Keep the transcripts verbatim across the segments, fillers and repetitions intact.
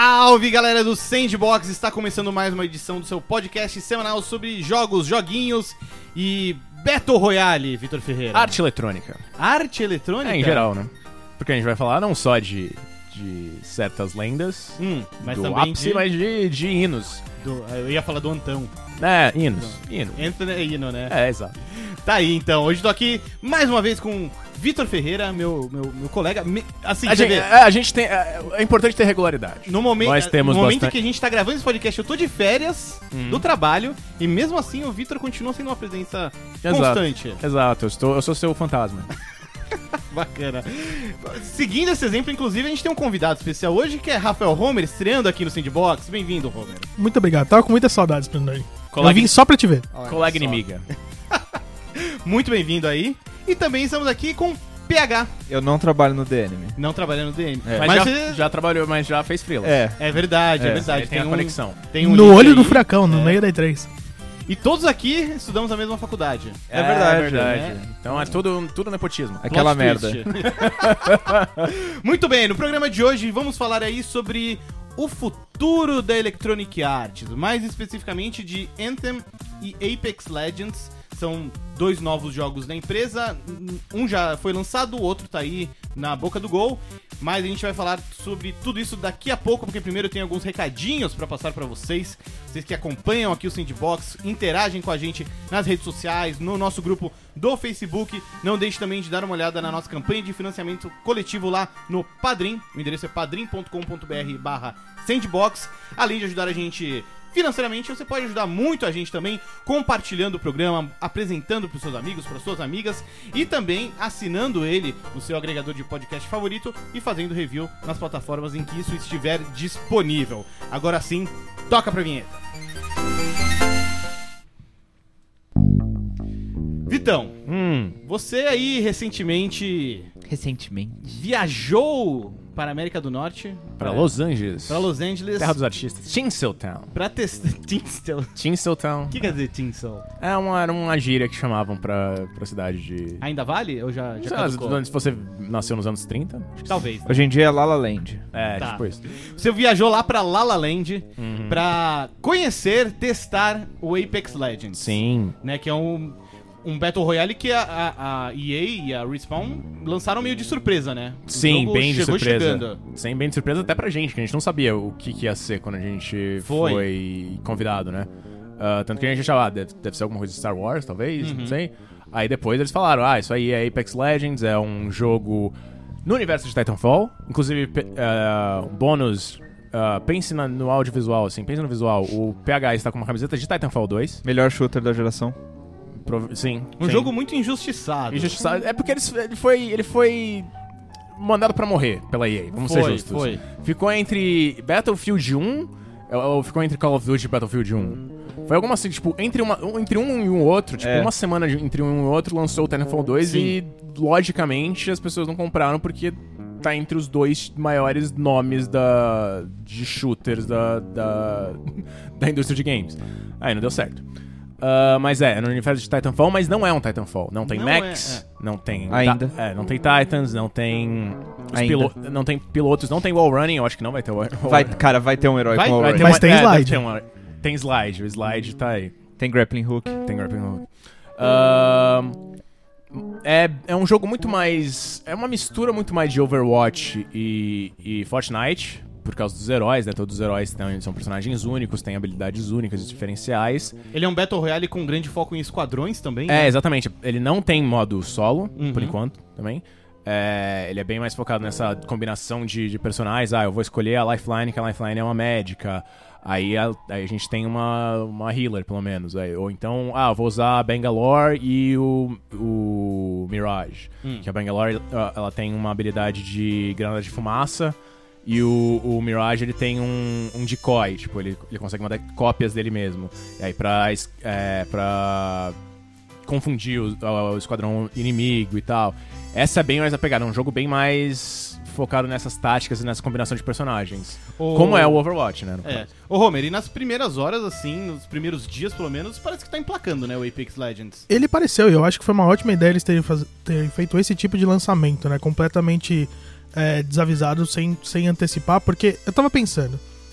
Salve, galera do Sandbox! Está começando mais uma edição do seu podcast semanal sobre jogos, joguinhos e Battle Royale, Vitor Ferreira. Arte eletrônica. Arte eletrônica? É, em geral, né? Porque a gente vai falar não só de, de certas lendas, hum, mas do também ápice, de... mas de, de hinos. Do, eu ia falar do Antão. É, hinos. Hino. Entra é hino, né? É, exato. Tá aí, então. Hoje tô aqui mais uma vez com Vitor Ferreira, meu, meu, meu colega. Me, assim, A gente, é, a gente tem... É, é importante ter regularidade. No momento, Nós temos no momento bastante... que a gente tá gravando esse podcast, eu tô de férias Hum. do trabalho e mesmo assim o Vitor continua sendo uma presença Exato. constante. Exato, eu, estou, eu sou seu fantasma. Bacana. Seguindo esse exemplo, inclusive, a gente tem um convidado especial hoje, que é Rafael Homer, estreando aqui no Sandbox. Bem-vindo, Homer. Muito obrigado. Tava com muitas saudades pra aí. Colega... Eu vim só pra te ver. Olha Colega só. inimiga. Muito bem-vindo aí. E também estamos aqui com P H. Eu não trabalho no D N M. Não trabalhando no D M. É. Mas, Mas já, você- já trabalhou, mas já fez freela. É. É verdade, é, É, verdade. Tem, a um- conexão. tem um no link olho aí. do furacão, no É. meio da E três. E todos aqui estudamos na mesma faculdade. É verdade, né? Então é tudo, tudo nepotismo. Aquela Plot merda. twist. Muito bem, no programa de hoje vamos falar aí sobre o futuro da Electronic Arts, mais especificamente de Anthem e Apex Legends. São dois novos jogos da empresa, um já foi lançado, o outro tá aí na boca do gol, mas a gente vai falar sobre tudo isso daqui a pouco, porque primeiro eu tenho alguns recadinhos pra passar pra vocês, vocês que acompanham aqui o Sandbox, interagem com a gente nas redes sociais, no nosso grupo do Facebook, não deixe também de dar uma olhada na nossa campanha de financiamento coletivo lá no Padrim, o endereço é padrim ponto com ponto br barra Sandbox, além de ajudar a gente financeiramente, você pode ajudar muito a gente também compartilhando o programa, apresentando para os seus amigos, para suas amigas e também assinando ele no seu agregador de podcast favorito e fazendo review nas plataformas em que isso estiver disponível. Agora sim, toca pra vinheta. Vitão, Hum, você aí recentemente Recentemente. viajou para a América do Norte, pra Los Angeles. para Los Angeles, Terra dos artistas. Tinseltown. para testar... Tinsel. Tinseltown. O que quer dizer Tinsel? É uma, era uma gíria que chamavam pra, pra cidade de... Ainda vale? Ou já, já Sei lá, caducou? se você nasceu nos anos trinta? Acho que Talvez. Hoje em dia é La La Land. É, Tá. tipo isso. Você viajou lá pra La La Land Uhum. pra conhecer, testar o Apex Legends. Sim. Né, que é um, um Battle Royale que a, a, a E A e a Respawn lançaram meio de surpresa, né? O Sim, jogo bem de chegou surpresa. chegando. Sim, bem de surpresa até pra gente, que a gente não sabia o que, que ia ser quando a gente Foi. foi, convidado, né? Ah, tanto que a gente achava, ah, deve, deve ser alguma coisa de Star Wars, talvez, Uhum. não sei. Aí depois eles falaram, ah, isso aí é Apex Legends, é um jogo no universo de Titanfall. Inclusive, pe- ah, um bônus, ah, pense na- no audiovisual, assim, pense no visual. O P H está com uma camiseta de Titanfall dois. Melhor shooter da geração. Prov- sim. Um sim. jogo muito injustiçado. Injustiçado. É porque eles- ele foi, ele foi mandado pra morrer pela E A, vamos Foi, ser justos. foi. Ficou entre Battlefield um, ou ou ficou entre Call of Duty e Battlefield um. Foi alguma assim, tipo, entre, uma, um- entre um e o outro, tipo, É. uma semana de- entre um e o outro lançou o Titanfall dois Sim. e, logicamente, as pessoas não compraram porque tá entre os dois maiores nomes da, de shooters da, da, da indústria de games. Aí não deu certo. Ah, mas é, é no universo de Titanfall, mas não é um Titanfall. Não tem Não mechs, é, não tem... Ainda. ta- é, não tem Titans, não tem... os Ainda. pilo- não tem pilotos, não tem wall running, eu acho que não vai ter wall, wall Vai, running. cara, vai ter um herói Vai- com vai Aurora. ter Mas uma- tem é, deve slide. ter uma- tem slide, o slide tá aí. Tem grappling hook. Tem grappling hook. Ahn, é, é um jogo muito mais... É uma mistura muito mais de Overwatch e, e Fortnite, por causa dos heróis, né? Todos os heróis têm, são personagens únicos, têm habilidades únicas e diferenciais. Ele é um Battle Royale com grande foco em esquadrões também. É, né? exatamente. Ele não tem modo solo, Uhum. por enquanto, também. É, ele é bem mais focado nessa combinação de, de personagens. Ah, eu vou escolher a Lifeline, que a Lifeline é uma médica. Aí a, aí a gente tem uma, uma healer, pelo menos. Aí, ou então, ah, eu vou usar a Bangalore e o, o Mirage. Hum. Que a Bangalore, ah, ela tem uma habilidade de granada de fumaça. E o, o Mirage, ele tem um, um decoy. Tipo, ele, ele consegue mandar cópias dele mesmo. E aí, pra... es- É, pra confundir o, o esquadrão inimigo e tal. Essa é bem mais a pegada, é um jogo bem mais focado nessas táticas e nessa combinação de personagens. O- Como é o Overwatch, né? no É. caso. Ô, Homer, e nas primeiras horas, assim, nos primeiros dias, pelo menos, parece que tá emplacando, né, o Apex Legends. Ele pareceu, e eu acho que foi uma ótima ideia eles terem, faz... terem feito esse tipo de lançamento, né? Completamente é, desavisado, sem, sem antecipar, porque eu tava pensando,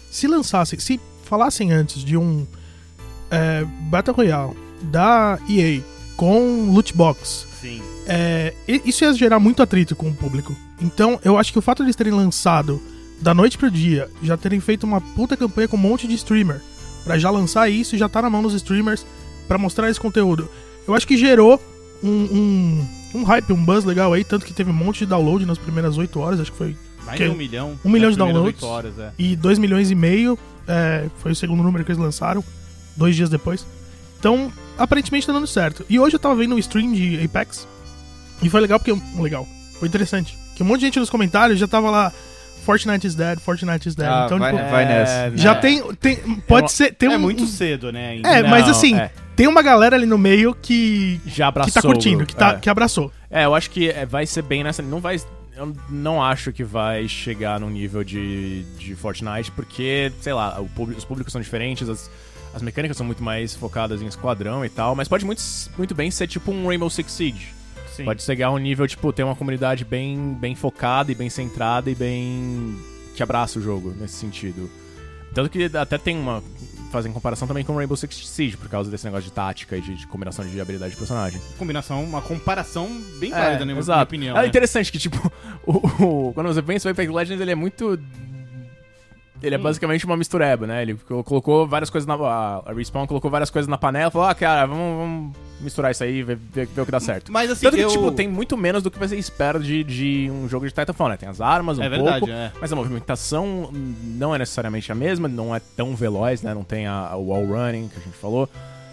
se lançassem, se falassem antes de um é, Battle Royale da E A com loot box, Sim. é, isso ia gerar muito atrito com o público. Então, eu acho que o fato de eles terem lançado da noite pro dia, já terem feito uma puta campanha com um monte de streamer, pra já lançar isso e já tá na mão dos streamers pra mostrar esse conteúdo, eu acho que gerou um, um, um hype, um buzz legal aí, tanto que teve um monte de download nas primeiras oito horas, acho que foi Mais que- de um milhão. um milhão nas de primeiras downloads. oito horas, é. e dois milhões e meio, é, foi o segundo número que eles lançaram, dois dias depois. Então, aparentemente tá dando certo. E hoje eu tava vendo um stream de Apex, e foi legal porque... Legal, foi interessante. Que um monte de gente nos comentários já tava lá, Fortnite is dead, Fortnite is dead. Ah, então, vai, tipo, vai nessa. já É. tem, tem... Pode uma- ser... Tem é um, muito um- cedo, né? ainda. É, Não, mas assim, é. tem uma galera ali no meio que... Já abraçou. que tá curtindo, o que, grupo. tá, É. que abraçou. É, eu acho que é, vai ser bem nessa. Não vai. Eu não acho que vai chegar num nível de, de Fortnite, porque, sei lá, o público- os públicos são diferentes, as, as mecânicas são muito mais focadas em esquadrão e tal, mas pode muito, muito bem ser tipo um Rainbow Six Siege. Sim. Pode chegar a um nível, tipo, ter uma comunidade bem, bem focada e bem centrada e bem. Que abraça o jogo nesse sentido. Tanto que até tem uma. Fazem comparação também com Rainbow Six Siege, por causa desse negócio de tática e de, de combinação de habilidade de personagem. Combinação, uma comparação bem válida, né? Na minha exato. opinião. É né? interessante que, tipo, o, o- quando você pensa o Apex Legends, ele é muito. Ele é basicamente uma mistureba, né? Ele co- colocou várias coisas na. A, a Respawn colocou várias coisas na panela e falou: ah, cara, vamos, vamos misturar isso aí e ver, ver, ver o que dá certo. Mas assim, Tanto que, eu... tipo, tem muito menos do que você espera de, de um jogo de Titanfall, né? Tem as armas, um É verdade, pouco, é. mas a movimentação não é necessariamente a mesma, não é tão veloz, né? Não tem a, a wall running que a gente falou.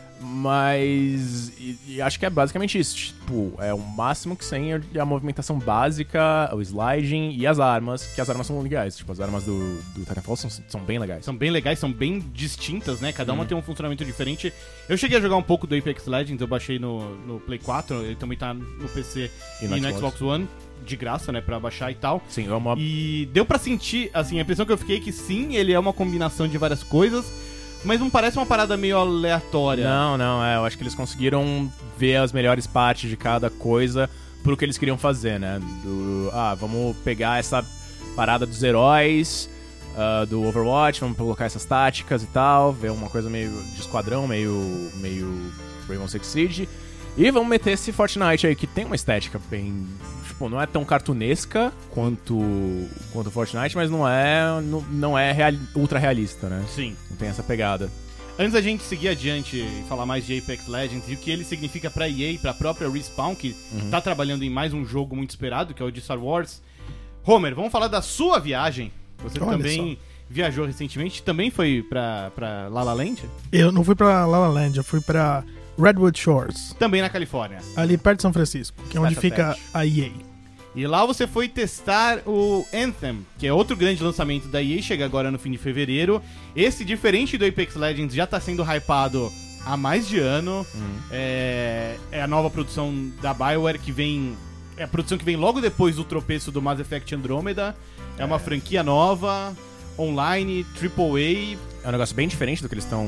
Mas e, e acho que é basicamente isso. Tipo, é o máximo que tem é a movimentação básica, o sliding e as armas, que as armas são legais. Tipo, as armas do, do Titanfall são, são bem legais. São bem legais, são bem distintas, né? Cada uma Uhum. tem um funcionamento diferente. Eu cheguei a jogar um pouco do Apex Legends, eu baixei no, no Play quatro, ele também tá no P C E e no no Xbox. Xbox One, de graça, né? Pra baixar e tal. Sim, é uma. E deu pra sentir, assim, a impressão que eu fiquei é que sim, ele é uma combinação de várias coisas, mas não parece uma parada meio aleatória. Não, não, é. Eu acho que eles conseguiram ver as melhores partes de cada coisa pro que eles queriam fazer, né? Do, ah, vamos pegar essa parada dos heróis ah, do Overwatch, vamos colocar essas táticas e tal, ver uma coisa meio de esquadrão, meio, meio Rainbow Six Siege. E vamos meter esse Fortnite aí, que tem uma estética bem... Tipo, não é tão cartunesca quanto quanto Fortnite, mas não é, não, não é real, ultra realista, né? Sim. Não tem essa pegada. Antes da gente seguir adiante e falar mais de Apex Legends e o que ele significa pra E A e pra própria Respawn, que Uhum. tá trabalhando em mais um jogo muito esperado, que é o de Star Wars. Homer, vamos falar da sua viagem. Você Olha também viajou recentemente, também foi pra, pra La La Land, Eu não fui pra La La Land, eu fui pra Redwood Shores, também na Califórnia. ali perto de São Francisco, que é onde Tete a fica tete. a E A. E lá você foi testar o Anthem, que é outro grande lançamento da E A, chega agora no fim de fevereiro. Esse, diferente do Apex Legends, já tá sendo hypado há mais de ano. É, é a nova produção da BioWare que vem... É a produção que vem logo depois do tropeço do Mass Effect Andromeda. É uma franquia nova, online, triple É um negócio bem diferente do que eles estão.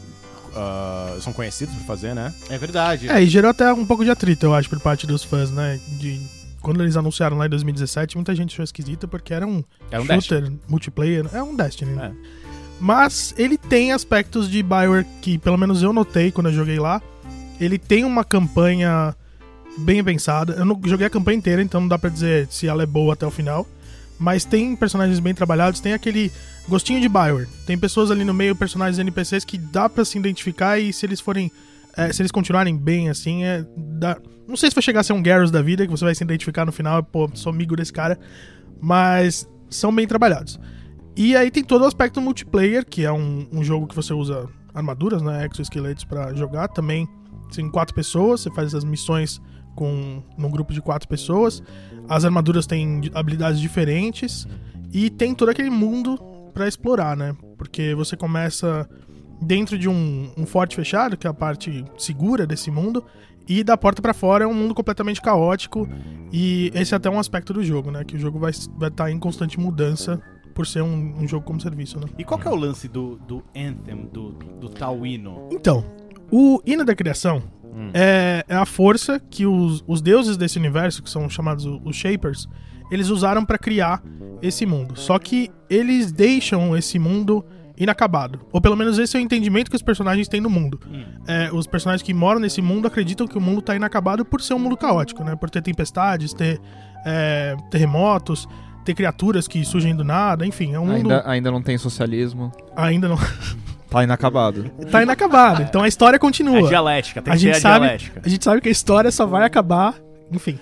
ah, são conhecidos por fazer, né? A. É verdade. É, e gerou até um pouco de atrito, eu acho, por parte dos fãs, né? De... Quando eles anunciaram lá em dois mil e dezessete, muita gente achou esquisita porque era um, Era um shooter multiplayer. É um Destiny, né? É. Mas ele tem aspectos de BioWare que, pelo menos eu notei quando eu joguei lá. Ele tem uma campanha bem pensada. Eu não joguei a campanha inteira, então não dá pra dizer se ela é boa até o final. Mas tem personagens bem trabalhados, tem aquele gostinho de BioWare. Tem pessoas ali no meio, personagens N P Cs que dá pra se identificar e se eles forem... é, se eles continuarem bem, assim, é... Dá... Não sei se vai chegar a ser um Garrus da vida, que você vai se identificar no final, pô, sou amigo desse cara. Mas são bem trabalhados. E aí tem todo o aspecto multiplayer, que é um, um jogo que você usa armaduras, né, exoesqueletos pra jogar. Também tem quatro pessoas, você faz essas missões com num grupo de quatro pessoas. As armaduras têm habilidades diferentes e tem todo aquele mundo pra explorar, né? Porque você começa dentro de um, um forte fechado, que é a parte segura desse mundo, e da porta pra fora é um mundo completamente caótico. E esse é até um aspecto do jogo, né? Que o jogo vai estar vai tá em constante mudança por ser um, um jogo como serviço, né? E qual que é o lance do, do Anthem, do, do tal hino? Então, o hino da criação é, é a força que os, os deuses desse universo, que são chamados os Shapers, eles usaram pra criar esse mundo. Só que eles deixam esse mundo inacabado. Ou pelo menos esse é o entendimento que os personagens têm no mundo. Hum. É, os personagens que moram nesse mundo acreditam que o mundo tá inacabado por ser um mundo caótico, né? Por ter tempestades, ter é, terremotos, ter criaturas que surgem do nada, enfim, é um mundo... Ainda, ainda não tem socialismo. Ainda não... Tá inacabado. tá inacabado. Então a história É continua. dialética, tem A que ter gente, a sabe, dialética. a gente sabe que a história só vai acabar, enfim.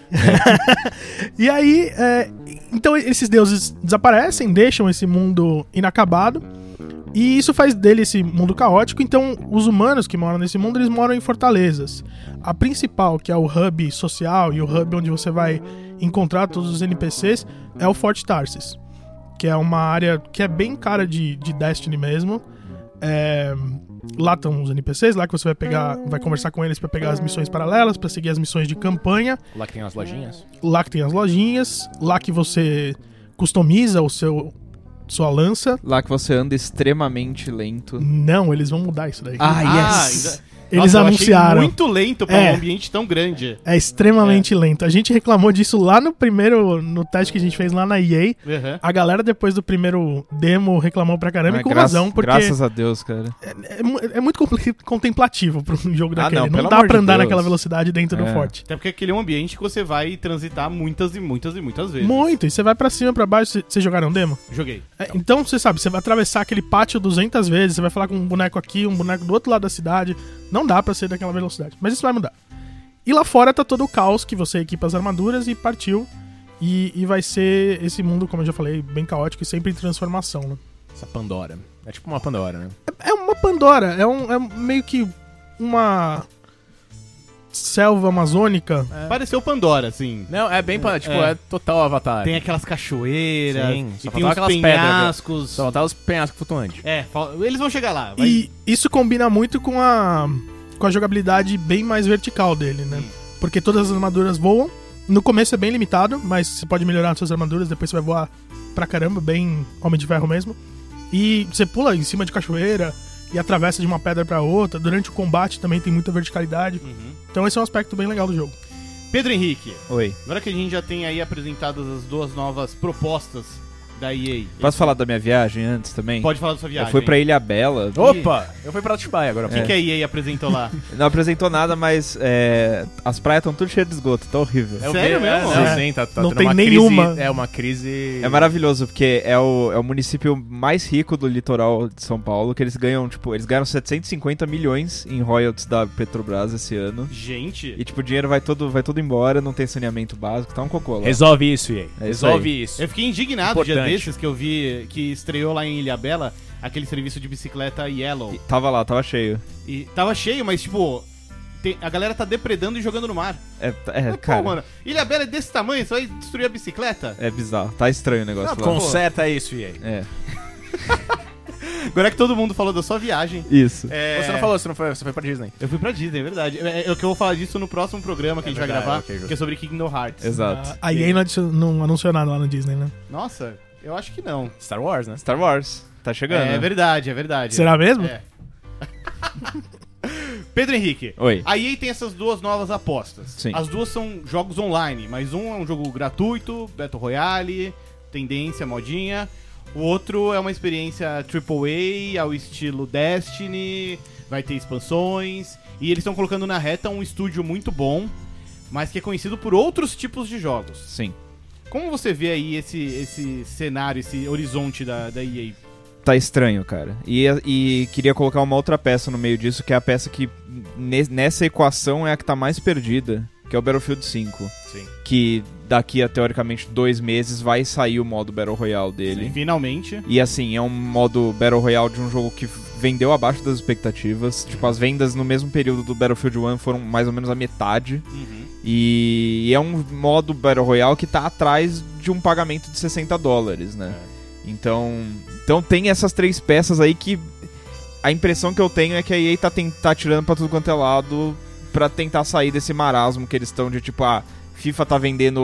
E aí, é, então esses deuses desaparecem, deixam esse mundo inacabado, e isso faz dele esse mundo caótico. Então os humanos que moram nesse mundo, eles moram em fortalezas. A principal, que é o hub social e o hub onde você vai encontrar todos os N P Cs, é o Fort Tarsis, que é uma área que é bem cara de, de Destiny mesmo. É, lá estão os N P Cs, lá que você vai pegar, vai conversar com eles pra pegar as missões paralelas, pra seguir as missões de campanha. Lá que tem as lojinhas. Lá que tem as lojinhas, lá que você customiza o seu sua lança. Lá que você anda extremamente lento. Não, eles vão mudar isso daí. Ah, Ah, yes! ainda- Eles Nossa, eu anunciaram. achei muito lento pra É. um ambiente tão grande. É extremamente lento. A gente reclamou disso lá no primeiro, no teste que a gente fez lá na E A. Uhum. A galera, depois do primeiro demo, reclamou pra caramba, Ah, e com graças- razão, porque Graças a Deus, cara. é, mu- é muito compli- contemplativo pra um jogo Ah, daquele. não, não pelo dá amor pra de andar Deus. naquela velocidade dentro do É. forte. Até porque aquele é um ambiente que você vai transitar muitas e muitas e muitas vezes. Muito, e você vai pra cima, pra baixo. Cê- Vocês jogaram demo? Joguei. É, então, você sabe, você vai atravessar aquele pátio duzentas vezes, você vai falar com um boneco aqui, um boneco do outro lado da cidade. Não dá pra ser daquela velocidade. Mas isso vai mudar. E lá fora tá todo o caos que você equipa as armaduras e partiu. E, e vai ser esse mundo, como eu já falei, bem caótico e sempre em transformação, né? Essa Pandora. É tipo uma Pandora, né? É, é uma Pandora, é, um, é meio que uma selva amazônica. Pareceu Pandora, assim. Não, é bem, pa- tipo, É. é, total Avatar. Tem aquelas cachoeiras, Sim, e só tem faltava uns aquelas pedras, penhascos. Só tá os penhascos flutuantes. É, fal- eles vão chegar lá. Vai... E isso combina muito com a, com a jogabilidade bem mais vertical dele, né? Hum. Porque todas as armaduras voam. No começo é bem limitado, mas você pode melhorar as suas armaduras, depois você vai voar pra caramba, bem Homem de Ferro mesmo. E você pula em cima de cachoeira e atravessa de uma pedra pra outra. Durante o combate também tem muita verticalidade. Uhum. Então esse é um aspecto bem legal do jogo. Pedro Henrique, Oi. agora que a gente já tem aí apresentadas as duas novas propostas da E A. Posso falar da minha viagem antes também? Pode falar da sua viagem. Eu fui pra Ilha Bela. Opa! Eu fui pra Atibaia agora. O que, que a E A apresentou lá? Não apresentou nada, mas é, as praias estão tudo cheias de esgoto, tá horrível. Eu Sério vi, mesmo? É, não, É. sim, tá, tá Não tendo tem uma nenhuma. Crise, é uma crise... É maravilhoso, porque é o, é o município mais rico do litoral de São Paulo, que eles ganham, tipo, eles ganharam setecentos e cinquenta milhões em royalties da Petrobras esse ano. Gente, E, tipo, o dinheiro vai todo, vai todo embora, não tem saneamento básico, tá um cocô lá. Resolve isso, E A. É isso Resolve isso. eu fiquei indignado o dia Importante. desses que eu vi que estreou lá em Ilhabela aquele serviço de bicicleta Yellow. E tava lá, tava cheio. E tava cheio, mas tipo, tem- a galera tá depredando e jogando no mar. É, é Pô, cara, mano, Ilhabela é desse tamanho, você vai destruir a bicicleta? é bizarro. Tá estranho o negócio Ah, lá. Conserta isso, E A. É, Agora que todo mundo falou da sua viagem. isso. é, Você não falou, você não foi, você foi pra Disney. Eu fui pra Disney, é verdade. É, é, é que eu vou falar disso no próximo programa que É a gente vai verdade, gravar, ok, justo. que é sobre Kingdom Hearts. Exato. A E A não, adicio- não anunciou nada lá no Disney, né? Nossa, eu acho que não. Star Wars, né? Star Wars, tá chegando. É, né? verdade, é verdade. Será mesmo? É. Pedro Henrique, Oi. a E A tem essas duas novas apostas. Sim. As duas são jogos online, mas um é um jogo gratuito, Battle Royale, tendência, modinha. O outro é uma experiência triple A, ao estilo Destiny, vai ter expansões. E eles estão colocando na reta um estúdio muito bom, mas que é conhecido por outros tipos de jogos. Sim. Como você vê aí esse, esse cenário, esse horizonte da, da E A? Tá estranho, cara. E, e queria colocar uma outra peça no meio disso, que é a peça que ne- nessa equação é a que tá mais perdida, que é o Battlefield cinco. Sim. Que daqui a, teoricamente, dois meses vai sair o modo Battle Royale dele. Sim, finalmente. E assim, é um modo Battle Royale de um jogo que vendeu abaixo das expectativas. Tipo, as vendas no mesmo período do Battlefield um foram mais ou menos a metade. Uhum. E, e é um modo Battle Royale que tá atrás de um pagamento de sessenta dólares, né? Então, então tem essas três peças aí que a impressão que eu tenho é que a E A tá, ten- tá tirando pra tudo quanto é lado pra tentar sair desse marasmo que eles estão de tipo, ah, FIFA tá vendendo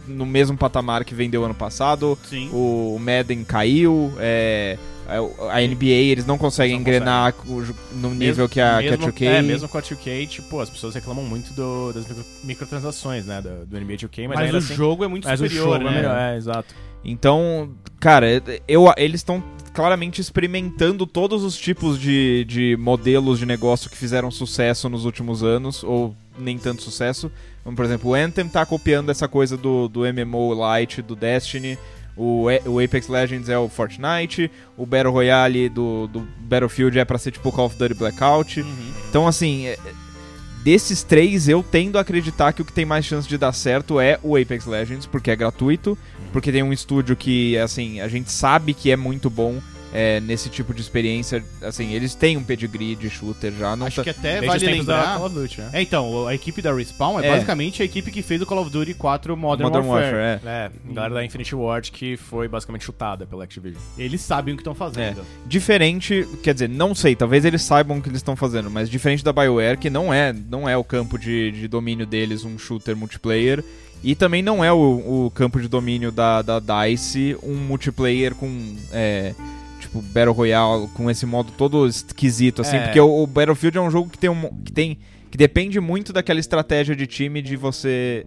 no mesmo patamar que vendeu ano passado. Sim. O Madden caiu, é, a N B A eles não conseguem Não engrenar consegue. no nível mesmo, que a, mesmo, que a dois K. É, mesmo com a dois K, tipo, as pessoas reclamam muito do, das micro, microtransações, né, do, do N B A dois K, mas, Mas ainda o assim, jogo é muito mas superior, o jogo né? é melhor, é, exato. Então, cara, eu, eles estão claramente experimentando todos os tipos de, de modelos de negócio que fizeram sucesso nos últimos anos, ou nem tanto sucesso. Como, por exemplo, o Anthem tá copiando essa coisa do, do M M O Lite, do Destiny. O, o Apex Legends é o Fortnite. O Battle Royale do, do Battlefield é pra ser tipo Call of Duty Blackout. Uhum. Então, assim, é, desses três, eu tendo a acreditar que o que tem mais chance de dar certo é o Apex Legends, porque é gratuito, porque tem um estúdio que, assim, a gente sabe que é muito bom é, nesse tipo de experiência. Assim, eles têm um pedigree de shooter já. Não Acho tá... que até Desde vale os tempos da lembrar... Call of Duty, né? É, então, a equipe da Respawn é, É. basicamente a equipe que fez o Call of Duty quatro Modern, Modern Warfare. Warfare, é. É, a galera da Infinity Ward que foi basicamente chutada pela Activision. Eles sabem o que estão fazendo. É. Diferente, quer dizer, não sei, talvez eles saibam o que eles estão fazendo, mas diferente da BioWare, que não é, não é o campo de, de domínio deles um shooter multiplayer, e também não é o, o campo de domínio da, da DICE um multiplayer com, é, tipo, Battle Royale, com esse modo todo esquisito, assim, É. porque o, o Battlefield é um jogo que tem, um, que tem, que depende muito daquela estratégia de time de você...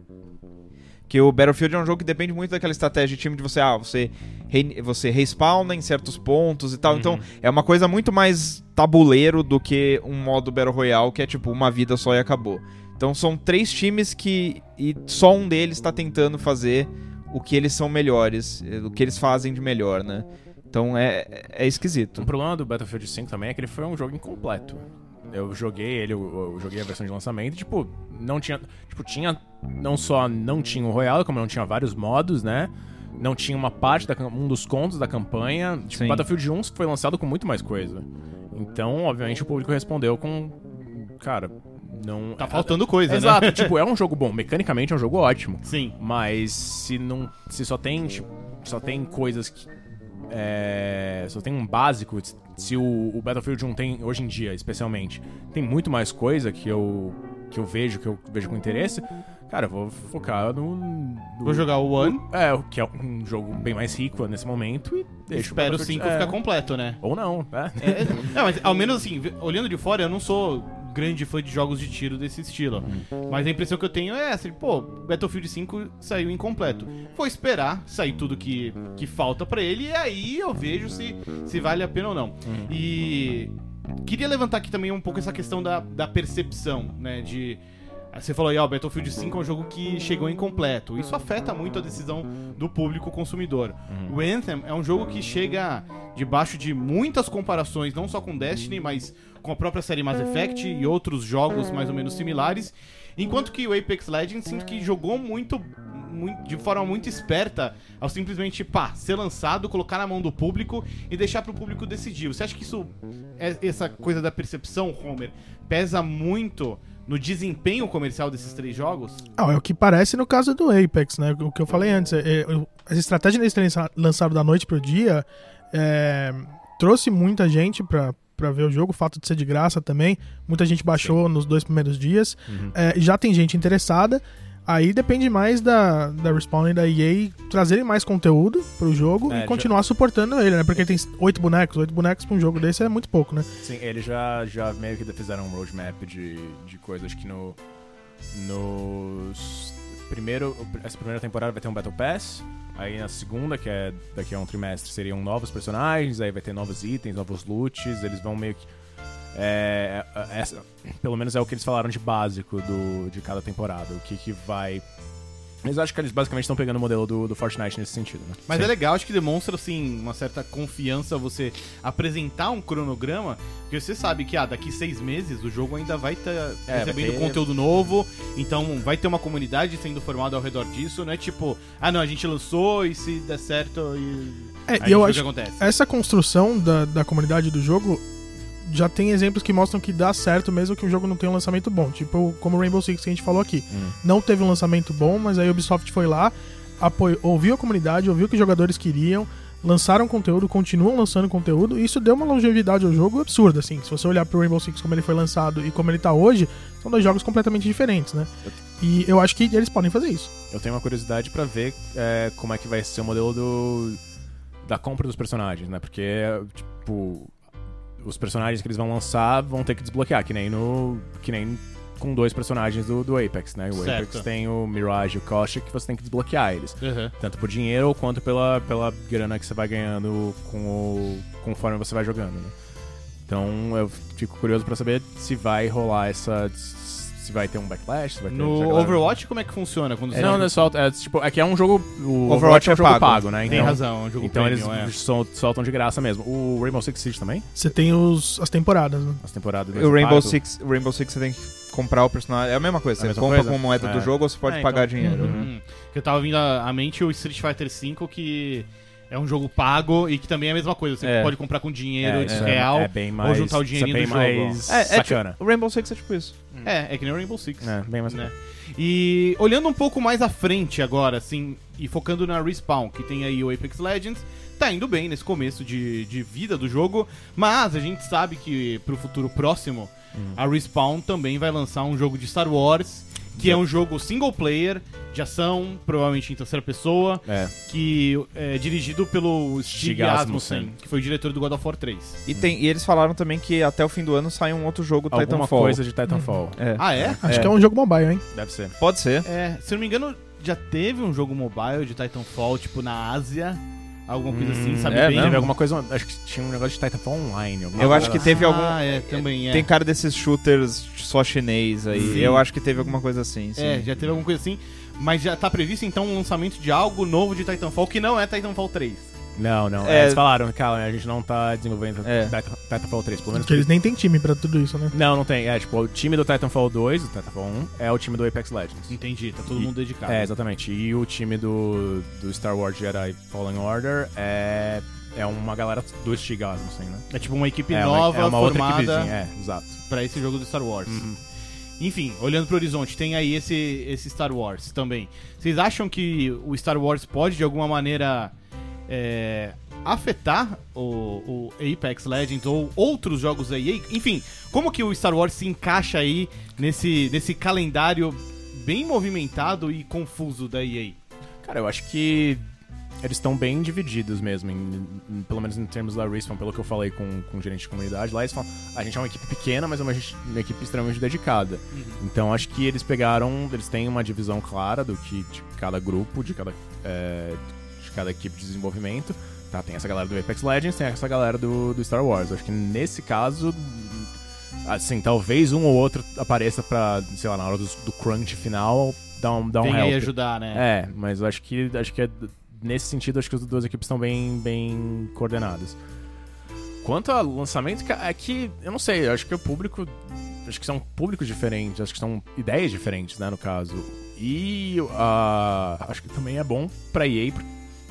Que o Battlefield é um jogo que depende muito daquela estratégia de time de você, ah, você, re, você respawna em certos pontos e tal. Uhum. Então, é uma coisa muito mais tabuleiro do que um modo Battle Royale, que é tipo, uma vida só e acabou. Então, são três times que... E só um deles tá tentando fazer o que eles são melhores, o que eles fazem de melhor, né? Então, é, é esquisito. Um problema do Battlefield cinco também é que ele foi um jogo incompleto. Eu joguei ele, eu, eu joguei a versão de lançamento e, tipo, não tinha... Tipo, tinha... Não só não tinha o Royale, como não tinha vários modos, né? Não tinha uma parte, da, um dos contos da campanha. Tipo, Sim. Battlefield um foi lançado com muito mais coisa. Então, obviamente, o público respondeu com... Cara, não... Tá faltando coisa, Exato, né? tipo, é um jogo bom. Mecanicamente é um jogo ótimo. Sim. Mas se não... Se só tem, tipo, só tem coisas que... É, só tem um básico. Se o, o Battlefield um tem, hoje em dia, especialmente, tem muito mais coisa que eu, que eu vejo, que eu vejo com interesse, cara, eu vou focar no... no Vou jogar o One. É, que é um jogo bem mais rico nesse momento e deixo Espero o Battlefield- cinco é, ficar completo, né? Ou não, é. É, não, mas ao menos assim, olhando de fora, eu não sou grande fã de jogos de tiro desse estilo. Mas a impressão que eu tenho é essa, pô, Battlefield cinco saiu incompleto. Vou esperar sair tudo que, que falta pra ele e aí eu vejo se, se vale a pena ou não. E queria levantar aqui também um pouco essa questão da, da percepção, né, de... Você falou aí, ó, o Battlefield cinco é um jogo que chegou incompleto. Isso afeta muito a decisão do público consumidor. O Anthem é um jogo que chega debaixo de muitas comparações, não só com Destiny, mas com a própria série Mass Effect e outros jogos mais ou menos similares. Enquanto que o Apex Legends sinto que jogou muito, muito, de forma muito esperta ao simplesmente, pá, ser lançado, colocar na mão do público e deixar pro público decidir. Você acha que isso, é, essa coisa da percepção, Homer, pesa muito no desempenho comercial desses três jogos? Ah, é o que parece no caso do Apex, né? O que eu falei antes. É, é, a estratégia deles terem lançado da noite pro dia é, trouxe muita gente pra, pra ver o jogo. O fato de ser de graça também. Muita gente baixou Sim. nos dois primeiros dias. Uhum. É, já tem gente interessada. Aí depende mais da, da Respawn e da E A trazerem mais conteúdo pro jogo É, e continuar já... suportando ele, né? Porque tem oito bonecos, oito bonecos pra um jogo desse é muito pouco, né? Sim, eles já, já meio que fizeram um roadmap de, de coisas que no... Nos... Primeiro, essa primeira temporada vai ter um Battle Pass. Aí na segunda, que é daqui a um trimestre, seriam novos personagens. Aí vai ter novos itens, novos loots. Eles vão meio que... É, essa, pelo menos é o que eles falaram de básico do, de cada temporada. O que que vai... Eles acham que eles basicamente estão pegando o modelo do, do Fortnite nesse sentido, né? Mas Sim. é legal, acho que demonstra, assim, uma certa confiança você apresentar um cronograma, porque você sabe que, ah, daqui seis meses o jogo ainda vai estar tá É, recebendo vai ter... conteúdo novo, então vai ter uma comunidade sendo formada ao redor disso, não é tipo, ah, não, a gente lançou e se der certo e... É, aí eu o que acho acontece. Essa construção da, da comunidade do jogo já tem exemplos que mostram que dá certo mesmo que um jogo não tenha um lançamento bom. Tipo, como o Rainbow Six que a gente falou aqui. Hum. Não teve um lançamento bom, mas aí a Ubisoft foi lá, apoiou, ouviu a comunidade, ouviu o que os jogadores queriam, lançaram conteúdo, continuam lançando conteúdo, e isso deu uma longevidade ao jogo absurda, assim. Se você olhar pro Rainbow Six como ele foi lançado e como ele tá hoje, são dois jogos completamente diferentes, né? E eu acho que eles podem fazer isso. Eu tenho uma curiosidade pra ver é, como é que vai ser o modelo do, da compra dos personagens, né? Porque, tipo, os personagens que eles vão lançar vão ter que desbloquear, que nem no... que nem com dois personagens do, do Apex, né? O Certo. Apex tem o Mirage e o Caustic, que você tem que desbloquear eles. Uhum. Tanto por dinheiro quanto pela, pela grana que você vai ganhando com o, conforme você vai jogando, né? Então eu fico curioso pra saber se vai rolar essa... se vai ter um backlash, se vai ter... No se a galera- Overwatch, como é que funciona? Quando É, você não, não é só... É, tipo, é que é um jogo... O Overwatch Overwatch é um é jogo pago. pago, né? Tem Então, razão, é um jogo então eles premium, é. sol- soltam de graça mesmo. O Rainbow Six Siege também? Você tem os, as temporadas, né? As temporadas... O Rainbow pago. Six, o Rainbow Six você tem que comprar o personagem. É a mesma coisa. É Você a mesma compra coisa? com moeda É. do jogo ou você pode É, pagar então. dinheiro. né? Hum, que eu tava vindo à à mente o Street Fighter cinco, que é um jogo pago e que também é a mesma coisa. Você É. pode comprar com dinheiro É, isso é- real é bem mais, ou juntar o isso dinheirinho é bem do jogo. mais É, é sacana. tipo, o Rainbow Six é tipo isso. É, é que nem o Rainbow Six. É, bem mais né? E olhando um pouco mais à frente agora, assim, e focando na Respawn, que tem aí o Apex Legends, tá indo bem nesse começo de, de vida do jogo, mas a gente sabe que pro futuro próximo, a Respawn também vai lançar um jogo de Star Wars, que é um jogo single player, de ação, provavelmente em terceira pessoa, É. que é dirigido pelo Stig Stig Asmussen, Asmussen. que foi o diretor do God of War três. E, tem, e eles falaram também que até o fim do ano sai um outro jogo do Alguma Titanfall. coisa de Titanfall. É. Ah, é? Acho É. que é um jogo mobile, hein? Deve ser. Pode ser. É, se eu não me engano, já teve um jogo mobile de Titanfall, tipo, na Ásia, alguma coisa assim, Hum, sabe é, bem? não. Teve alguma coisa... Acho que tinha um negócio de Titanfall Online. alguma Eu coisa acho que assim. teve algum... Ah, é, também é. Tem cara desses shooters só chinês aí. Sim. Eu acho que teve alguma coisa assim. Sim. É, já teve alguma coisa assim, mas já tá previsto então um lançamento de algo novo de Titanfall que não é Titanfall três. Não, não. É. Eles falaram, cara, a gente não tá desenvolvendo É. Titan- Titanfall três, pelo menos. Porque eles nem têm time pra tudo isso, né? Não, não tem. É, tipo, o time do Titanfall dois, do Titanfall um, é o time do Apex Legends. Entendi, tá todo E- mundo dedicado. É, exatamente. E o time do, do Star Wars Jedi Fallen Order é, é uma galera do Stig Asmussen, né? É tipo uma equipe é uma, nova, é uma outra formada equipezinha, é, exato. pra esse jogo do Star Wars. Uhum. Enfim, olhando pro horizonte, tem aí esse, esse Star Wars também. Vocês acham que o Star Wars pode, de alguma maneira, é, afetar o, o Apex Legends ou outros jogos da E A? Enfim, como que o Star Wars se encaixa aí nesse, nesse calendário bem movimentado e confuso da E A? Cara, eu acho que eles estão bem divididos mesmo, em- em- pelo menos em termos da Respawn, pelo que eu falei com, com o gerente de comunidade. Lá eles falam, a gente é uma equipe pequena, mas é uma, gente- uma equipe extremamente dedicada. Então acho que eles pegaram, eles têm uma divisão clara do que de cada grupo, de cada, é, de cada equipe de desenvolvimento. Tá, tem essa galera do Apex Legends, tem essa galera do, do Star Wars. Acho que nesse caso, assim, talvez um ou outro apareça pra, sei lá, na hora do, do crunch final, dar um, dar um Tem aí help. ajudar, né? É, mas eu acho que acho que é, nesse sentido acho que as duas equipes estão bem, bem coordenadas. Quanto ao lançamento, ca- é que eu não sei, eu acho que o público, acho que são públicos diferentes, acho que são ideias diferentes, né, no caso. E ah, acho que também é bom pra E A pr-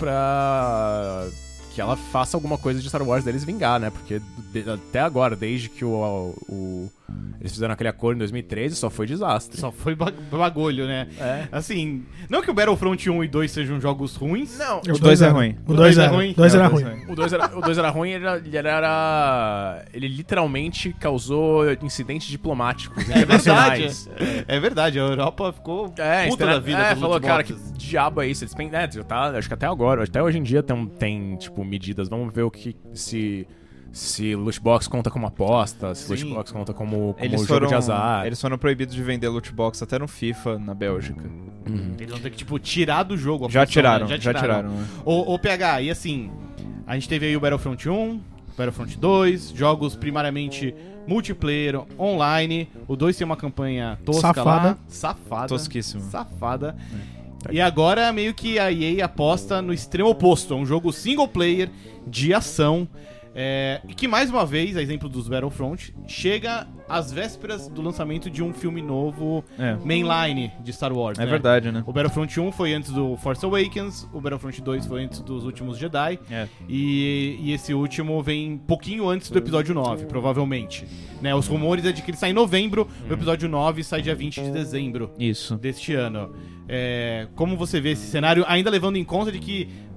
pra que ela faça alguma coisa de Star Wars deles vingar, né? Porque de- até agora, desde que o, o- eles fizeram aquele acordo em dois mil e treze, só foi desastre. Só foi ba- bagulho, né? É. Assim, não que o Battlefront um e dois sejam jogos ruins. Não, Os dois é eram. ruim. O dois é era ruim? ruim. O dois É, era o dois ruim. é ruim. O dois era, o dois era ruim, ele era, ele era. Ele literalmente causou incidentes diplomáticos É verdade. internacionais. É verdade, a Europa ficou É, puta externa- da vida. é, pelos falou, loot cara, que boxes. diabo é isso? Eles pensam, é, já tá, acho que até agora, até hoje em dia tem, tem tipo, medidas. Vamos ver o que. Se. Se loot box conta como aposta, se Sim. loot box conta como, como Eles jogo foram, de azar. eles foram proibidos de vender loot box até no FIFA, na Bélgica. Uhum. Eles vão ter que, tipo, tirar do jogo a Já função, tiraram, né? já tiraram. né? Ô, ô, P H, e assim, a gente teve aí o Battlefront um, Battlefront dois, jogos primariamente multiplayer, online. O dois tem uma campanha tosca Safada. lá. Safada. Tosquíssimo. Safada. E agora meio que a E A aposta no extremo oposto. É um jogo single player de ação. É, e que mais uma vez, a exemplo dos Battlefront, chega às vésperas do lançamento de um filme novo É, mainline de Star Wars. é né? verdade, né? O Battlefront um foi antes do Force Awakens, o Battlefront dois foi antes dos últimos Jedi, É. e, e esse último vem pouquinho antes do episódio nove, provavelmente. Né, os rumores é de que ele sai em novembro, o episódio nove sai dia vinte de dezembro Isso. deste ano. É, como você vê esse cenário, ainda levando em conta de que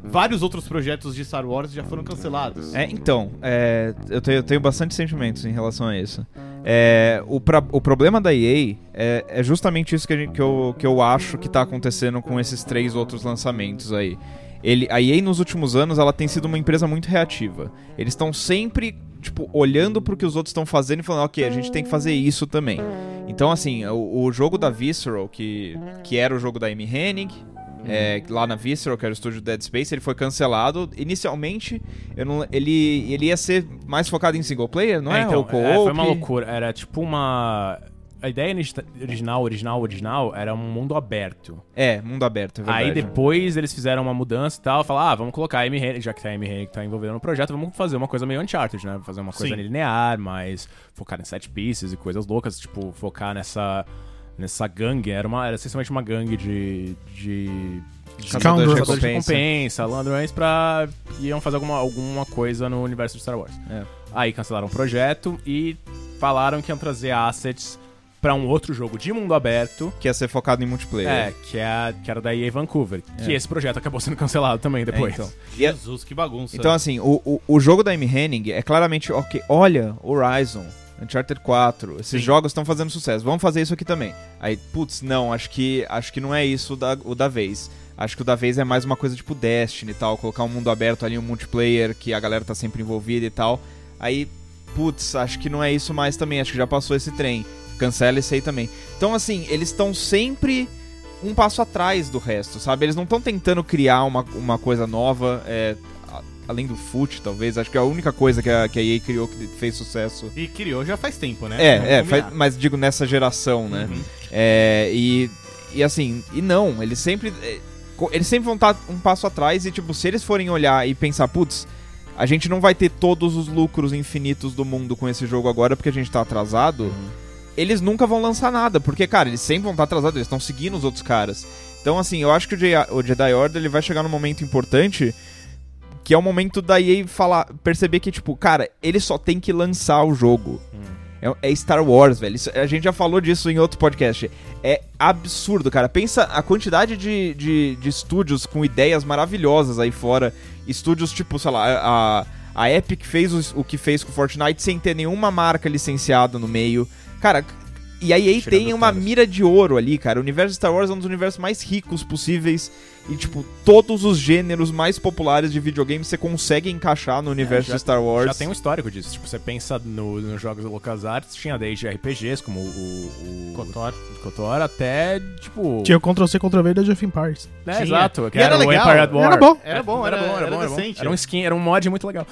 vários outros projetos de Star Wars já foram cancelados. É, então, é, eu, tenho, eu tenho bastante sentimentos em relação a isso. É, o, pra, o problema da E A é, é justamente isso que, a gente, que, eu, que eu acho que tá acontecendo com esses três outros lançamentos aí. Ele, a E A nos últimos anos ela tem sido uma empresa muito reativa. Eles estão sempre tipo, olhando pro que os outros estão fazendo e falando, ok, a gente tem que fazer isso também. Então, assim, o, o jogo da Visceral, que, que era o jogo da Amy Hennig, é, lá na Visceral, que era o estúdio Dead Space, ele foi cancelado. Inicialmente, eu não, ele, ele ia ser mais focado em single player, não é? É, então, Ou co-op? é, foi uma loucura. Era tipo uma... A ideia original, original, original era um mundo aberto. É, mundo aberto, é verdade. Aí depois eles fizeram uma mudança e tal, falaram, ah, vamos colocar a Amy Hennig, já que tá a Amy Hennig que tá envolvida no projeto, vamos fazer uma coisa meio Uncharted, né? Fazer uma coisa Sim. linear, mas focar em set pieces e coisas loucas, tipo, focar nessa, nessa gangue. Era, uma, era essencialmente uma gangue de... de de Caçadores de caçadores de recompensa. recompensa, ladrões pra... iam fazer alguma, alguma coisa no universo de Star Wars. É. Aí cancelaram o projeto e falaram que iam trazer assets pra um outro jogo de mundo aberto. Que ia ser focado em multiplayer. É, que, é a, que era da E A Vancouver. Que É. esse projeto acabou sendo cancelado também depois. É, então. então. Jesus, que bagunça. Então, assim, o, o, o jogo da Amy Hennig é claramente, ok, olha, Horizon, Uncharted quatro, esses Sim. jogos estão fazendo sucesso, vamos fazer isso aqui também. Aí, putz, não, acho que, acho que não é isso o da, o da vez. Acho que o da vez é mais uma coisa tipo Destiny e tal, colocar um mundo aberto ali, um multiplayer, que a galera tá sempre envolvida e tal. Aí, putz, acho que não é isso mais também, acho que já passou esse trem. Cancela esse aí também. Então, assim, eles estão sempre um passo atrás do resto, sabe? Eles não estão tentando criar uma, uma coisa nova, é, a, além do Foot, talvez. Acho que é a única coisa que a, que a E A criou que fez sucesso. E criou já faz tempo, né? É, Vamos é, combinar. faz- mas digo nessa geração, né? Uhum. É, e, e assim, e não, eles sempre. é, co- Eles sempre vão estar um passo atrás e, tipo, se eles forem olhar e pensar, putz, a gente não vai ter todos os lucros infinitos do mundo com esse jogo agora porque a gente tá atrasado. Eles nunca vão lançar nada, porque, cara, eles sempre vão estar atrasados, eles estão seguindo os outros caras. Então, assim, eu acho que o, J- o Jedi Order ele vai chegar num momento importante, que é o momento da E A falar, perceber que, tipo, cara, ele só tem que lançar o jogo. É, é Star Wars, velho. Isso- a gente já falou disso em outro podcast. É absurdo, cara. Pensa a quantidade de, de, de estúdios com ideias maravilhosas aí fora. Estúdios tipo, sei lá, a, a Epic fez os- o que fez com Fortnite sem ter nenhuma marca licenciada no meio. Cara, e a E A Chegando tem os uma caras. mira de ouro ali, cara. O universo de Star Wars é um dos universos mais ricos possíveis. E, tipo, todos os gêneros mais populares de videogame você consegue encaixar no universo já- de Star Wars. Já tem um histórico disso. Tipo, você pensa no- nos jogos da LucasArts, tinha desde R P Gs, como o... o, o Kotor. Kotor, até, tipo... Tinha o Ctrl-C, Ctrl-V da Jeff Empires. É, Tinha. exato. Que E era o legal. Empire at War. Era bom. Era bom, era, era, bom, decente. Era um skin, era um mod muito legal.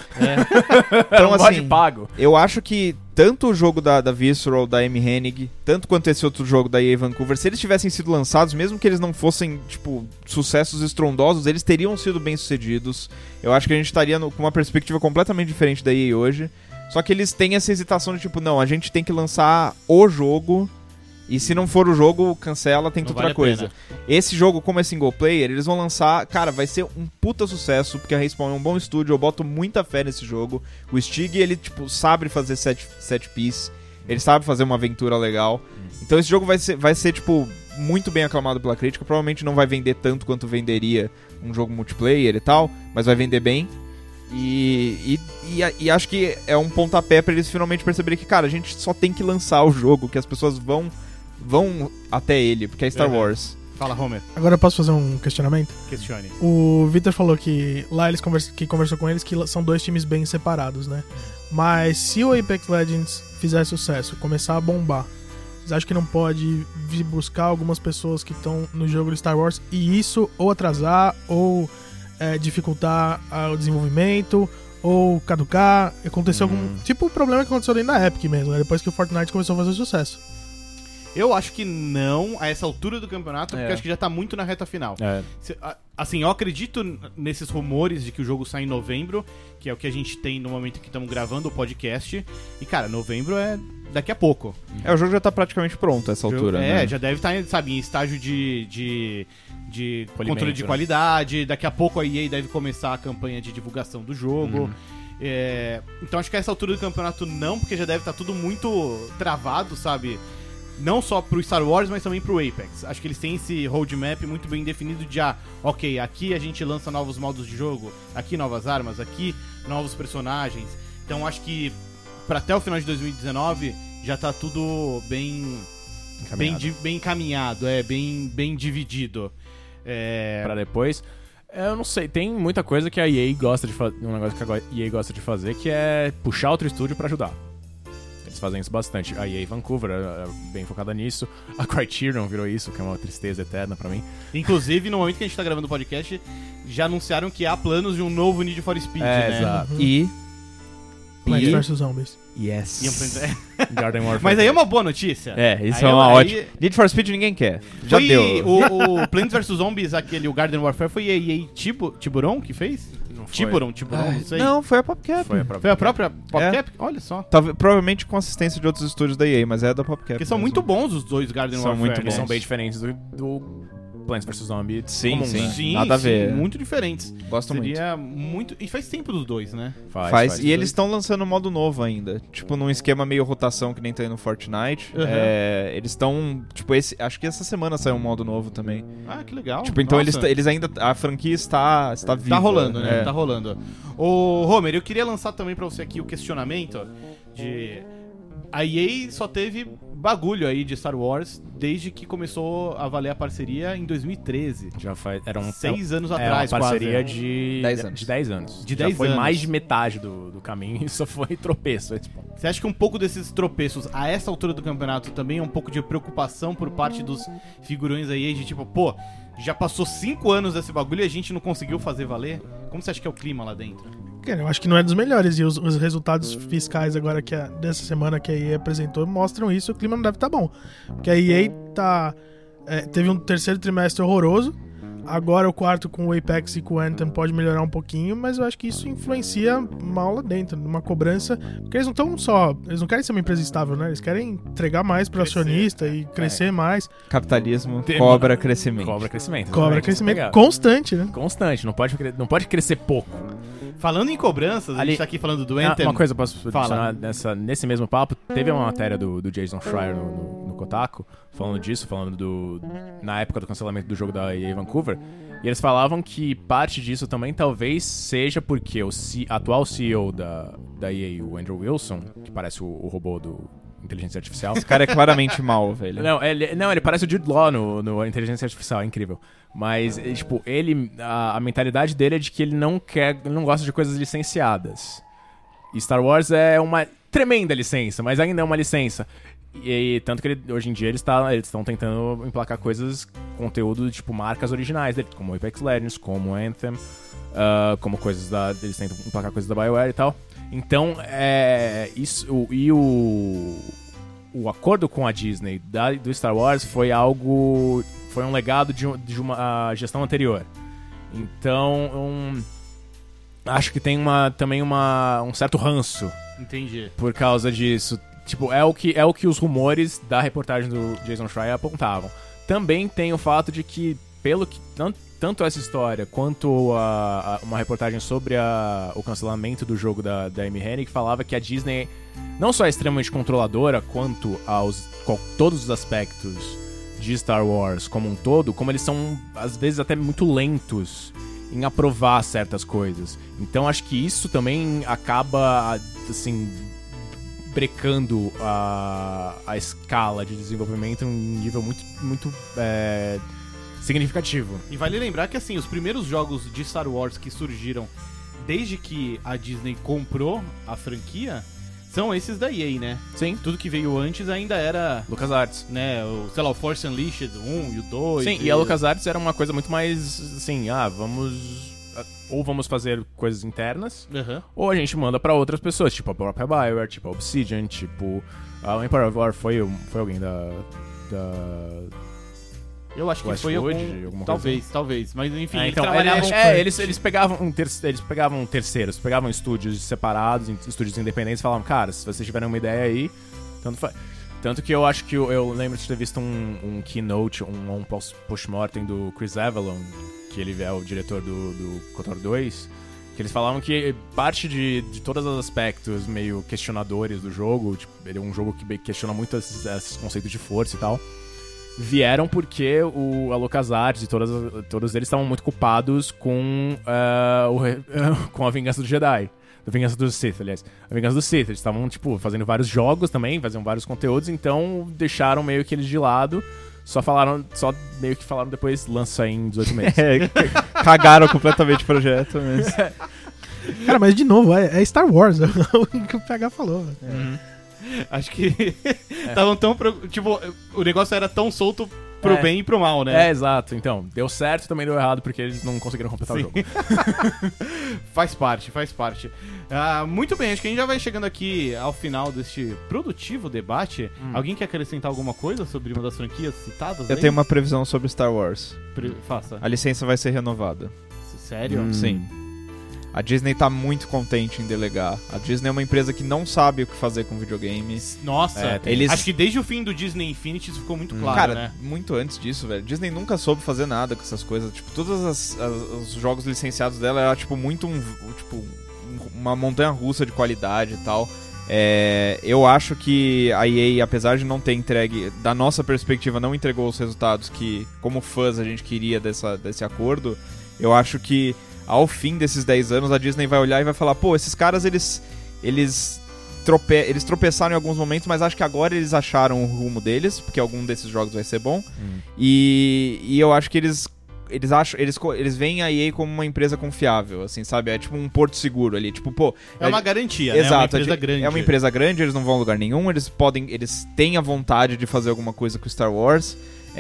É. Era um mod assim, pago. Eu acho que tanto o jogo da, da Visceral, da Amy Hennig, tanto quanto esse outro jogo da E A Vancouver, se eles tivessem sido lançados, mesmo que eles não fossem, tipo, sucessos estrondosos, eles teriam sido bem-sucedidos. Eu acho que a gente estaria no- com uma perspectiva completamente diferente da E A hoje. Só que eles têm essa hesitação de, tipo, não, a gente tem que lançar o jogo, e se não for o jogo, cancela, tenta Não outra vale a coisa. pena. Esse jogo, como é single player, eles vão lançar... Cara, vai ser um puta sucesso, porque a Respawn é um bom estúdio, eu boto muita fé nesse jogo. O Stig, ele, tipo, sabe fazer set, set piece, ele sabe fazer uma aventura legal. Então esse jogo vai ser, vai ser, tipo, muito bem aclamado pela crítica. Provavelmente não vai vender tanto quanto venderia um jogo multiplayer e tal, mas vai vender bem. E, e, e, e acho que é um pontapé pra eles finalmente perceberem que, cara, a gente só tem que lançar o jogo, que as pessoas vão... vão até ele, porque é Star Uhum. Wars. Fala, Homer. Agora eu posso fazer um questionamento? Questione. O Victor falou que lá eles convers... que conversou com eles que são dois times bem separados, né? Mas se o Apex Legends fizer sucesso, começar a bombar, vocês acham que não pode vir buscar algumas pessoas que estão no jogo de Star Wars e isso ou atrasar ou é, dificultar ah, o desenvolvimento ou caducar? Aconteceu algum... Tipo o problema que aconteceu dentro da Epic mesmo, né? Depois que o Fortnite começou a fazer sucesso. Eu acho que não a essa altura do campeonato, porque É. acho que já tá muito na reta final. É. Se- a- Assim, eu acredito n- nesses rumores de que o jogo sai em novembro, que é o que a gente tem no momento que estamos gravando o podcast. E, cara, novembro é daqui a pouco. É, o jogo já tá praticamente pronto a essa altura, é, né? já deve estar, sabe, em estágio de, de, de Polimento, controle de né? qualidade. Daqui a pouco a E A deve começar a campanha de divulgação do jogo. É, então acho que a essa altura do campeonato não, porque já deve estar tudo muito travado, sabe? não só pro Star Wars, mas também pro Apex. Acho que eles têm esse roadmap muito bem definido de, ah, ok, aqui a gente lança novos modos de jogo, aqui novas armas, aqui novos personagens. Então acho que pra até o final de dois mil e dezenove já tá tudo bem Encaminhado. bem, di- bem encaminhado, é, bem, bem dividido. É... Pra depois. Eu não sei, tem muita coisa que a E A gosta de fazer. Um negócio que a E A gosta de fazer, que é puxar outro estúdio pra ajudar. Eles fazem isso bastante. A E A Vancouver é, é bem focada nisso. A Criterion virou isso, que é uma tristeza eterna pra mim. Inclusive, no momento que a gente tá gravando o podcast, já anunciaram que há planos de um novo Need for Speed, É, né? exato. E... Plants E- versus. Zombies. Yes. E um- Garden Warfare. Mas aí é uma boa notícia. É, isso Aí é uma aí- ótima... Need for Speed ninguém quer. Já Foi deu. O, o Plants versus. Zombies, aquele, o Garden Warfare, foi a E A Tibu, Tiburon que fez? Não foi. Tiburon, Tiburon, não sei. Não, foi a PopCap. Foi a própria. Foi a própria PopCap? É. Olha só. Talvez- provavelmente com assistência de outros estúdios da E A, mas é da PopCap. Porque são mesmo. muito bons os dois Garden São Warfare. muito né? Eles são bons. bem diferentes do, do Plants versus. Zombies. Sim, comum, sim. né? Sim, Nada a sim, ver. muito diferentes. Gosto muito. Seria muito. E faz tempo dos dois, né? Faz, Faz, faz. e eles estão lançando um modo novo ainda. Tipo, num esquema meio rotação que nem tem no Fortnite. Uhum. É, eles estão. Tipo, esse, acho que essa semana saiu um modo novo também. Ah, que legal. Tipo, então Nossa. eles, eles ainda. A franquia está, está viva. Tá rolando, né? É. Tá rolando. Ô, Homer, eu queria lançar também pra você aqui o questionamento de... A E A só teve bagulho aí de Star Wars desde que começou a valer a parceria em dois mil e treze. Já faz. Era um, Seis anos é atrás, uma parceria quase. de Dez anos. de dez anos. De Já dez foi anos. mais de metade do, do caminho e só foi tropeço a esse ponto. Você acha que um pouco desses tropeços a essa altura do campeonato também é um pouco de preocupação por parte dos figurões da E A de tipo, pô, já passou cinco anos desse bagulho e a gente não conseguiu fazer valer? Como você acha que é o clima lá dentro? Cara, eu acho que não é dos melhores. E os, os resultados fiscais agora que a, dessa semana que a E A apresentou mostram isso. O clima não deve estar bom. Porque a E A tá, é, teve um terceiro trimestre horroroso. Agora o quarto com o Apex e com o Anthem pode melhorar um pouquinho, mas eu acho que isso influencia mal lá dentro, numa cobrança. Porque eles não estão só. Eles não querem ser uma empresa estável, né? Eles querem entregar mais pro Crescer, acionista e crescer mais. Capitalismo Tem- cobra crescimento. Cobra crescimento. Cobra exatamente, crescimento pegar. constante, né? Constante, não pode, cre- não pode crescer pouco. Falando em cobranças, a Ali- gente tá aqui falando do Ah, Anthem. uma coisa eu posso Fala. adicionar nessa, nesse mesmo papo. Teve uma matéria do, do Jason Schreier no, no, no Kotaku, falando disso, falando do. Na época do cancelamento do jogo da E A Vancouver. E eles falavam que parte disso também talvez seja porque o C- atual C E O da, da E A, o Andrew Wilson, que parece o, o robô do Inteligência Artificial. Esse cara é claramente mal, velho. Não, ele, não, ele parece o Jude Law no, no Inteligência Artificial, é incrível. Mas, é, tipo, ele. A, a mentalidade dele é de que ele não quer. Ele não gosta de coisas licenciadas. E Star Wars é uma tremenda licença, mas ainda é uma licença. E, e tanto que ele, hoje em dia eles tá, eles estão tentando emplacar coisas, conteúdo, tipo, marcas originais dele, como Apex Legends, como Anthem, ah, como coisas da. Eles tentam emplacar coisas da BioWare e tal. Então, é. Isso. o- E o. O acordo com a Disney da, do Star Wars foi algo. Foi um legado de, um- de uma ah, gestão anterior. Então, um, acho que tem uma, também uma, um certo ranço Entendi. por causa disso. Tipo, é o que, é o que os rumores da reportagem do Jason Schreier apontavam. Também tem o fato de que, pelo que tanto, tanto essa história quanto a, a- uma reportagem sobre a- o cancelamento do jogo da, da Amy Hennig falava que a Disney não só é extremamente controladora quanto aos qual- todos os aspectos de Star Wars como um todo, como eles são às vezes até muito lentos em aprovar certas coisas. Então acho que isso também acaba assim brecando a, a escala de desenvolvimento em um nível muito, muito é, significativo. E vale lembrar que, assim, os primeiros jogos de Star Wars que surgiram desde que a Disney comprou a franquia são esses da E A, né? Sim. Tudo que veio antes ainda era, LucasArts. né, o, sei lá, o Force Unleashed um e o dois. Sim, e a LucasArts era uma coisa muito mais assim, ah, vamos... Ou vamos fazer coisas internas, Aham. ou a gente manda pra outras pessoas, tipo a própria BioWare, tipo a Obsidian, tipo... A Empire of War foi, foi alguém da... da... Eu acho que Westwood, foi alguma algum... coisa Talvez, talvez. Mas enfim, É, eles então, trabalhavam... eles, é, eles, eles, pegavam um ter, eles pegavam terceiros, pegavam estúdios separados, em- estúdios independentes e falavam, cara, se vocês tiverem uma ideia aí, tanto faz. Tanto que eu acho que eu, eu lembro de ter visto um, um keynote, um, um post- post-mortem do Chris Avalon, que ele é o diretor do, do KOTOR dois, Que eles falavam que parte de, de todos os aspectos meio questionadores do jogo, tipo, ele é um jogo que questiona muito esses, esses conceitos de força e tal, vieram porque o, a LucasArts e todas, todos eles estavam muito culpados com, uh, o, uh, com a Vingança do Jedi. A Vingança do Sith, aliás. A Vingança do Sith. Eles estavam, tipo, fazendo vários jogos também, faziam vários conteúdos, então deixaram meio que eles de lado. Só falaram, só meio que falaram depois, lança em dezoito meses. É, cagaram completamente o projeto, mas... Cara, mas de novo, é, é Star Wars, é o que o P H falou. Uhum. Acho que estavam tão... Pro... Tipo, o negócio era tão solto pro É. bem e pro mal, né? É, exato. Então, deu certo e também deu errado porque eles não conseguiram completar Sim. o jogo. Faz parte, faz parte. Ah, muito bem, acho que a gente já vai chegando aqui ao final deste produtivo debate. Hum. Alguém quer acrescentar alguma coisa sobre uma das franquias citadas? Eu aí? tenho uma previsão sobre Star Wars. Pre- Faça. A licença vai ser renovada. Sério? Hum. Sim. A Disney tá muito contente em delegar. A Disney é uma empresa que não sabe o que fazer com videogames. Nossa, É, tem- Eles- acho que desde o fim do Disney Infinity isso ficou muito claro, Cara, né? muito antes disso, velho. Disney nunca soube fazer nada com essas coisas. Tipo, todos as, as- os jogos licenciados dela era tipo muito um, tipo, um- uma montanha russa de qualidade e tal. É, eu acho que a E A, apesar de não ter entregue, da nossa perspectiva, não entregou os resultados que, como fãs, a gente queria dessa, desse acordo. Eu acho que ao fim desses dez anos a Disney vai olhar e vai falar, pô, esses caras, eles eles, trope... eles tropeçaram em alguns momentos, mas acho que agora eles acharam o rumo deles, porque algum desses jogos vai ser bom. Hum. E, e eu acho que eles eles acham, eles, co- eles veem a E A como uma empresa confiável, assim, sabe? É tipo um porto seguro ali, tipo, pô, É uma garantia, né? exato, É uma empresa a- grande. É uma empresa grande, eles não vão a lugar nenhum, eles podem, eles têm a vontade de fazer alguma coisa com Star Wars.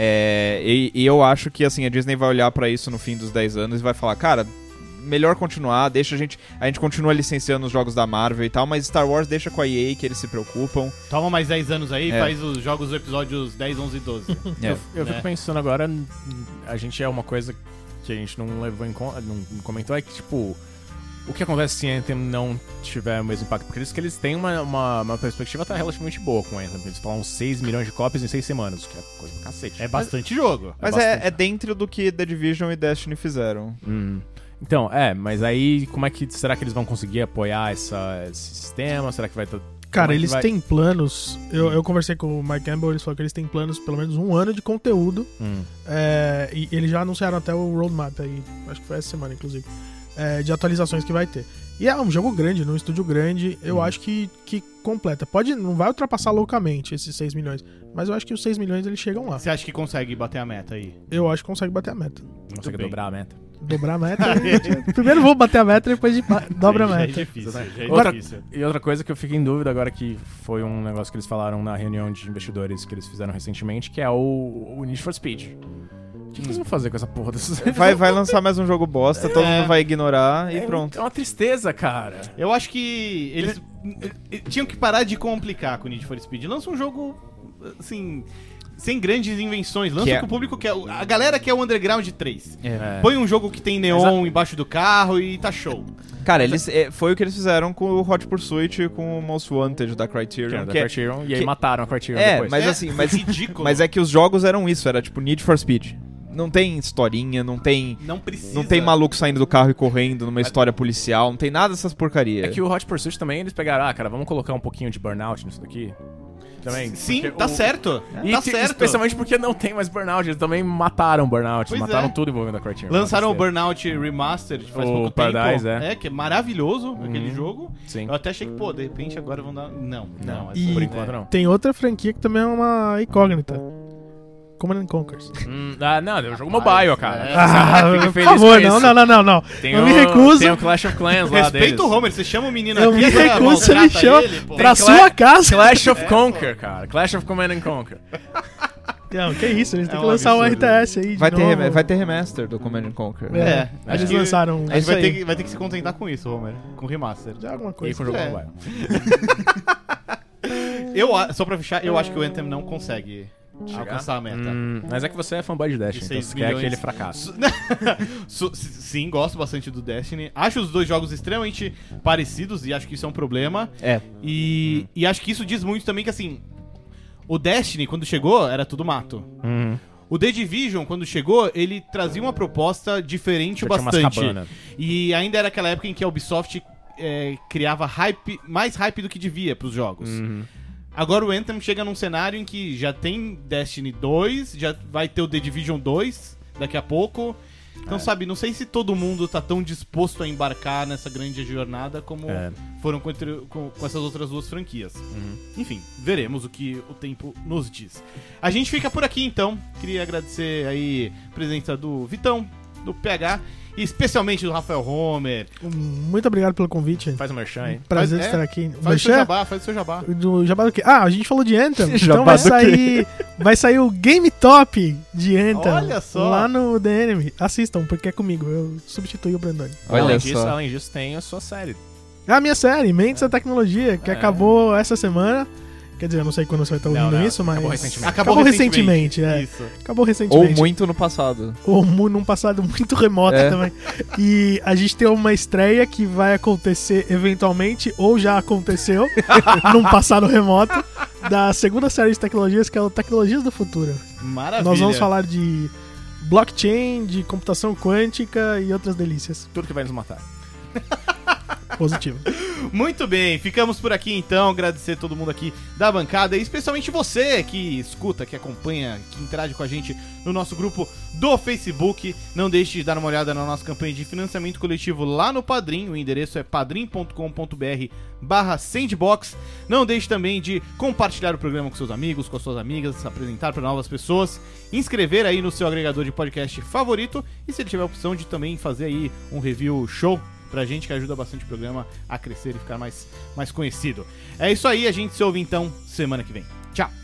É, e, e eu acho que assim, a Disney vai olhar pra isso no fim dos dez anos e vai falar, cara, melhor continuar, deixa a gente, a gente continua licenciando os jogos da Marvel e tal, mas Star Wars deixa com a E A que eles se preocupam. Toma mais dez anos aí e É. faz os jogos dos episódios dez, onze e doze. É. Eu, eu né? fico pensando agora, a gente é uma coisa que a gente não levou em conta, não não comentou, é que, tipo, o que acontece se Anthem não tiver o mesmo impacto? Porque eles que eles têm uma, uma, uma perspectiva tá relativamente boa com Anthem. Eles falam seis milhões de cópias em seis semanas, o que é coisa pra cacete. É bastante jogo. Mas bastante. é, é dentro do que The Division e Destiny fizeram. Hum. Então, é, mas aí como é que será que eles vão conseguir apoiar essa, esse sistema? Será que vai ter... Cara, como é que eles vai- têm planos. Eu, eu conversei com o Mike Campbell, eles falaram que eles têm planos pelo menos um ano de conteúdo. Hum. É, e eles já anunciaram até o roadmap aí, acho que foi essa semana, inclusive, é, de atualizações que vai ter. E é um jogo grande, num estúdio grande, eu Hum. acho que, que completa. Pode, não vai ultrapassar loucamente esses seis milhões, mas eu acho que os seis milhões eles chegam lá. Você acha que consegue bater a meta aí? Eu acho que consegue bater a meta. Não consegue bem. dobrar a meta. Dobrar a meta. Primeiro vou bater a meta, depois de ba- dobra a Já é meta. difícil, já é Outra- difícil. E outra coisa que eu fico em dúvida agora, que foi um negócio que eles falaram na reunião de investidores que eles fizeram recentemente, que é o, o Need for Speed. O que, que eles vão fazer com essa porra desses... Vai, vai lançar mais um jogo bosta, todo É. mundo vai ignorar e É, pronto. É uma tristeza, cara. Eu acho que eles eh, tinham que parar de complicar com o Need for Speed. Lança um jogo, assim, sem grandes invenções. Lança Que o é- que o público quer. A galera quer o Underground três. É. Põe um jogo que tem neon embaixo do carro e tá show. Cara, eles, é, foi o que eles fizeram com o Hot Pursuit e com o Most Wanted da Que era Criterion. da que é- Criterion, e aí que- mataram a Criterion É, depois. mas É, assim, mas, ridículo. mas é que os jogos eram isso, era tipo Need for Speed. Não tem historinha, não tem Não precisa. não tem maluco saindo do carro e correndo numa história policial, não tem nada dessas porcarias. É que o Hot Pursuit também, eles pegaram, ah, cara, vamos colocar um pouquinho de Burnout nisso daqui. Também. Sim, porque tá o- certo. E tá te- certo. especialmente porque não tem mais Burnout, eles também mataram Burnout, Pois mataram é. tudo envolvendo a Criterion. Lançaram o Uma tristeza. Burnout Remastered faz O pouco Paradise, tempo. é. que é maravilhoso aquele Uhum. jogo. Sim. Eu até achei que, pô, de repente agora vão dar... Não, não. Não, essa- por E- enquanto não. Tem outra franquia que também é uma incógnita. Command and Conquers. Hum, ah, não, é um jogo mobile, cara. É. Ah, Fica por feliz favor, com não, isso. não, não, não, não. Tem Eu o, me recuso. Tem o Clash of Clans lá deles. Respeita o Homer, você chama o menino Eu aqui me e você recuso, você me maltrata chama ele, pô. pra Tem sua Cla- casa. Clash of Conquer, cara. Clash of Command and Conquer. Não, que isso, eles têm É que um lançar um R absurdo. T S aí de vai ter novo. rem- vai ter remaster do Command and Conquer. É, É, acho eles que- lançaram A gente isso vai aí. ter, que, vai ter que se contentar com isso, Homer. Com remaster. já alguma E coisa. com o jogo É. mobile. Eu, a- só pra fechar, eu acho que o Anthem não consegue Chegar? alcançar a meta. Hum, mas é que você é fanboy de Destiny, De então seis você quer milhões. que ele fracasse. Su- Su- Sim, gosto bastante do Destiny. Acho os dois jogos extremamente parecidos e acho que isso é um problema. É. E, e acho que isso diz muito também que, assim, o Destiny, quando chegou, era tudo mato. Uhum. O O The Division, quando chegou, ele trazia uma proposta diferente o Já tinha umas bastante. cabana. E ainda era aquela época em que a Ubisoft é, criava hype, mais hype do que devia pros jogos. Uhum. Agora o Anthem chega num cenário em que já tem Destiny dois, já vai ter o The Division dois daqui a pouco. Então, É. sabe, não sei se todo mundo tá tão disposto a embarcar nessa grande jornada como É. foram com, entre- com- com essas outras duas franquias. Enfim, veremos o que o tempo nos diz. A gente fica por aqui, então. Queria agradecer aí a presença do Vitão, do P H e especialmente do Rafael Homer. Muito obrigado pelo convite. Faz um merchan aí. Prazer Faz- estar é, aqui. Faz o seu Merchan? jabá, faz o seu jabá. Do jabá do quê? Ah, a gente falou de Anthem. Então Jabá vai do quê? sair, vai sair o Game Top de Anthem. Olha só. Lá no The Enemy. Assistam, porque é comigo. Eu substituí o Brandoni. Olha além, só. disso, além disso, tem a sua série. A minha série, Mentes da Tecnologia, que É. acabou essa semana. Quer dizer, eu não sei quando você vai estar ouvindo Não, não, isso, mas... acabou recentemente. Acabou recentemente, é. Isso. Acabou Ou recentemente. muito no passado. Ou mu- num passado muito remoto É. também. E a gente tem uma estreia que vai acontecer eventualmente, ou já aconteceu, num passado remoto, da segunda série de tecnologias, que é o Tecnologias do Futuro. Maravilha. Nós vamos falar de blockchain, de computação quântica e outras delícias. Tudo que vai nos matar. Positivo. Muito bem, ficamos por aqui então. Agradecer todo mundo aqui da bancada e especialmente você que escuta, que acompanha, que interage com a gente no nosso grupo do Facebook. Não deixe de dar uma olhada na nossa campanha de financiamento coletivo lá no Padrim. O endereço é padrim ponto com ponto br barra sandbox. Não deixe também de compartilhar o programa com seus amigos, com as suas amigas, apresentar para novas pessoas, inscrever aí no seu agregador de podcast favorito e se ele tiver a opção de também fazer aí um review show pra gente, que ajuda bastante o programa a crescer e ficar mais, mais conhecido. É isso aí, a gente se ouve então semana que vem. Tchau!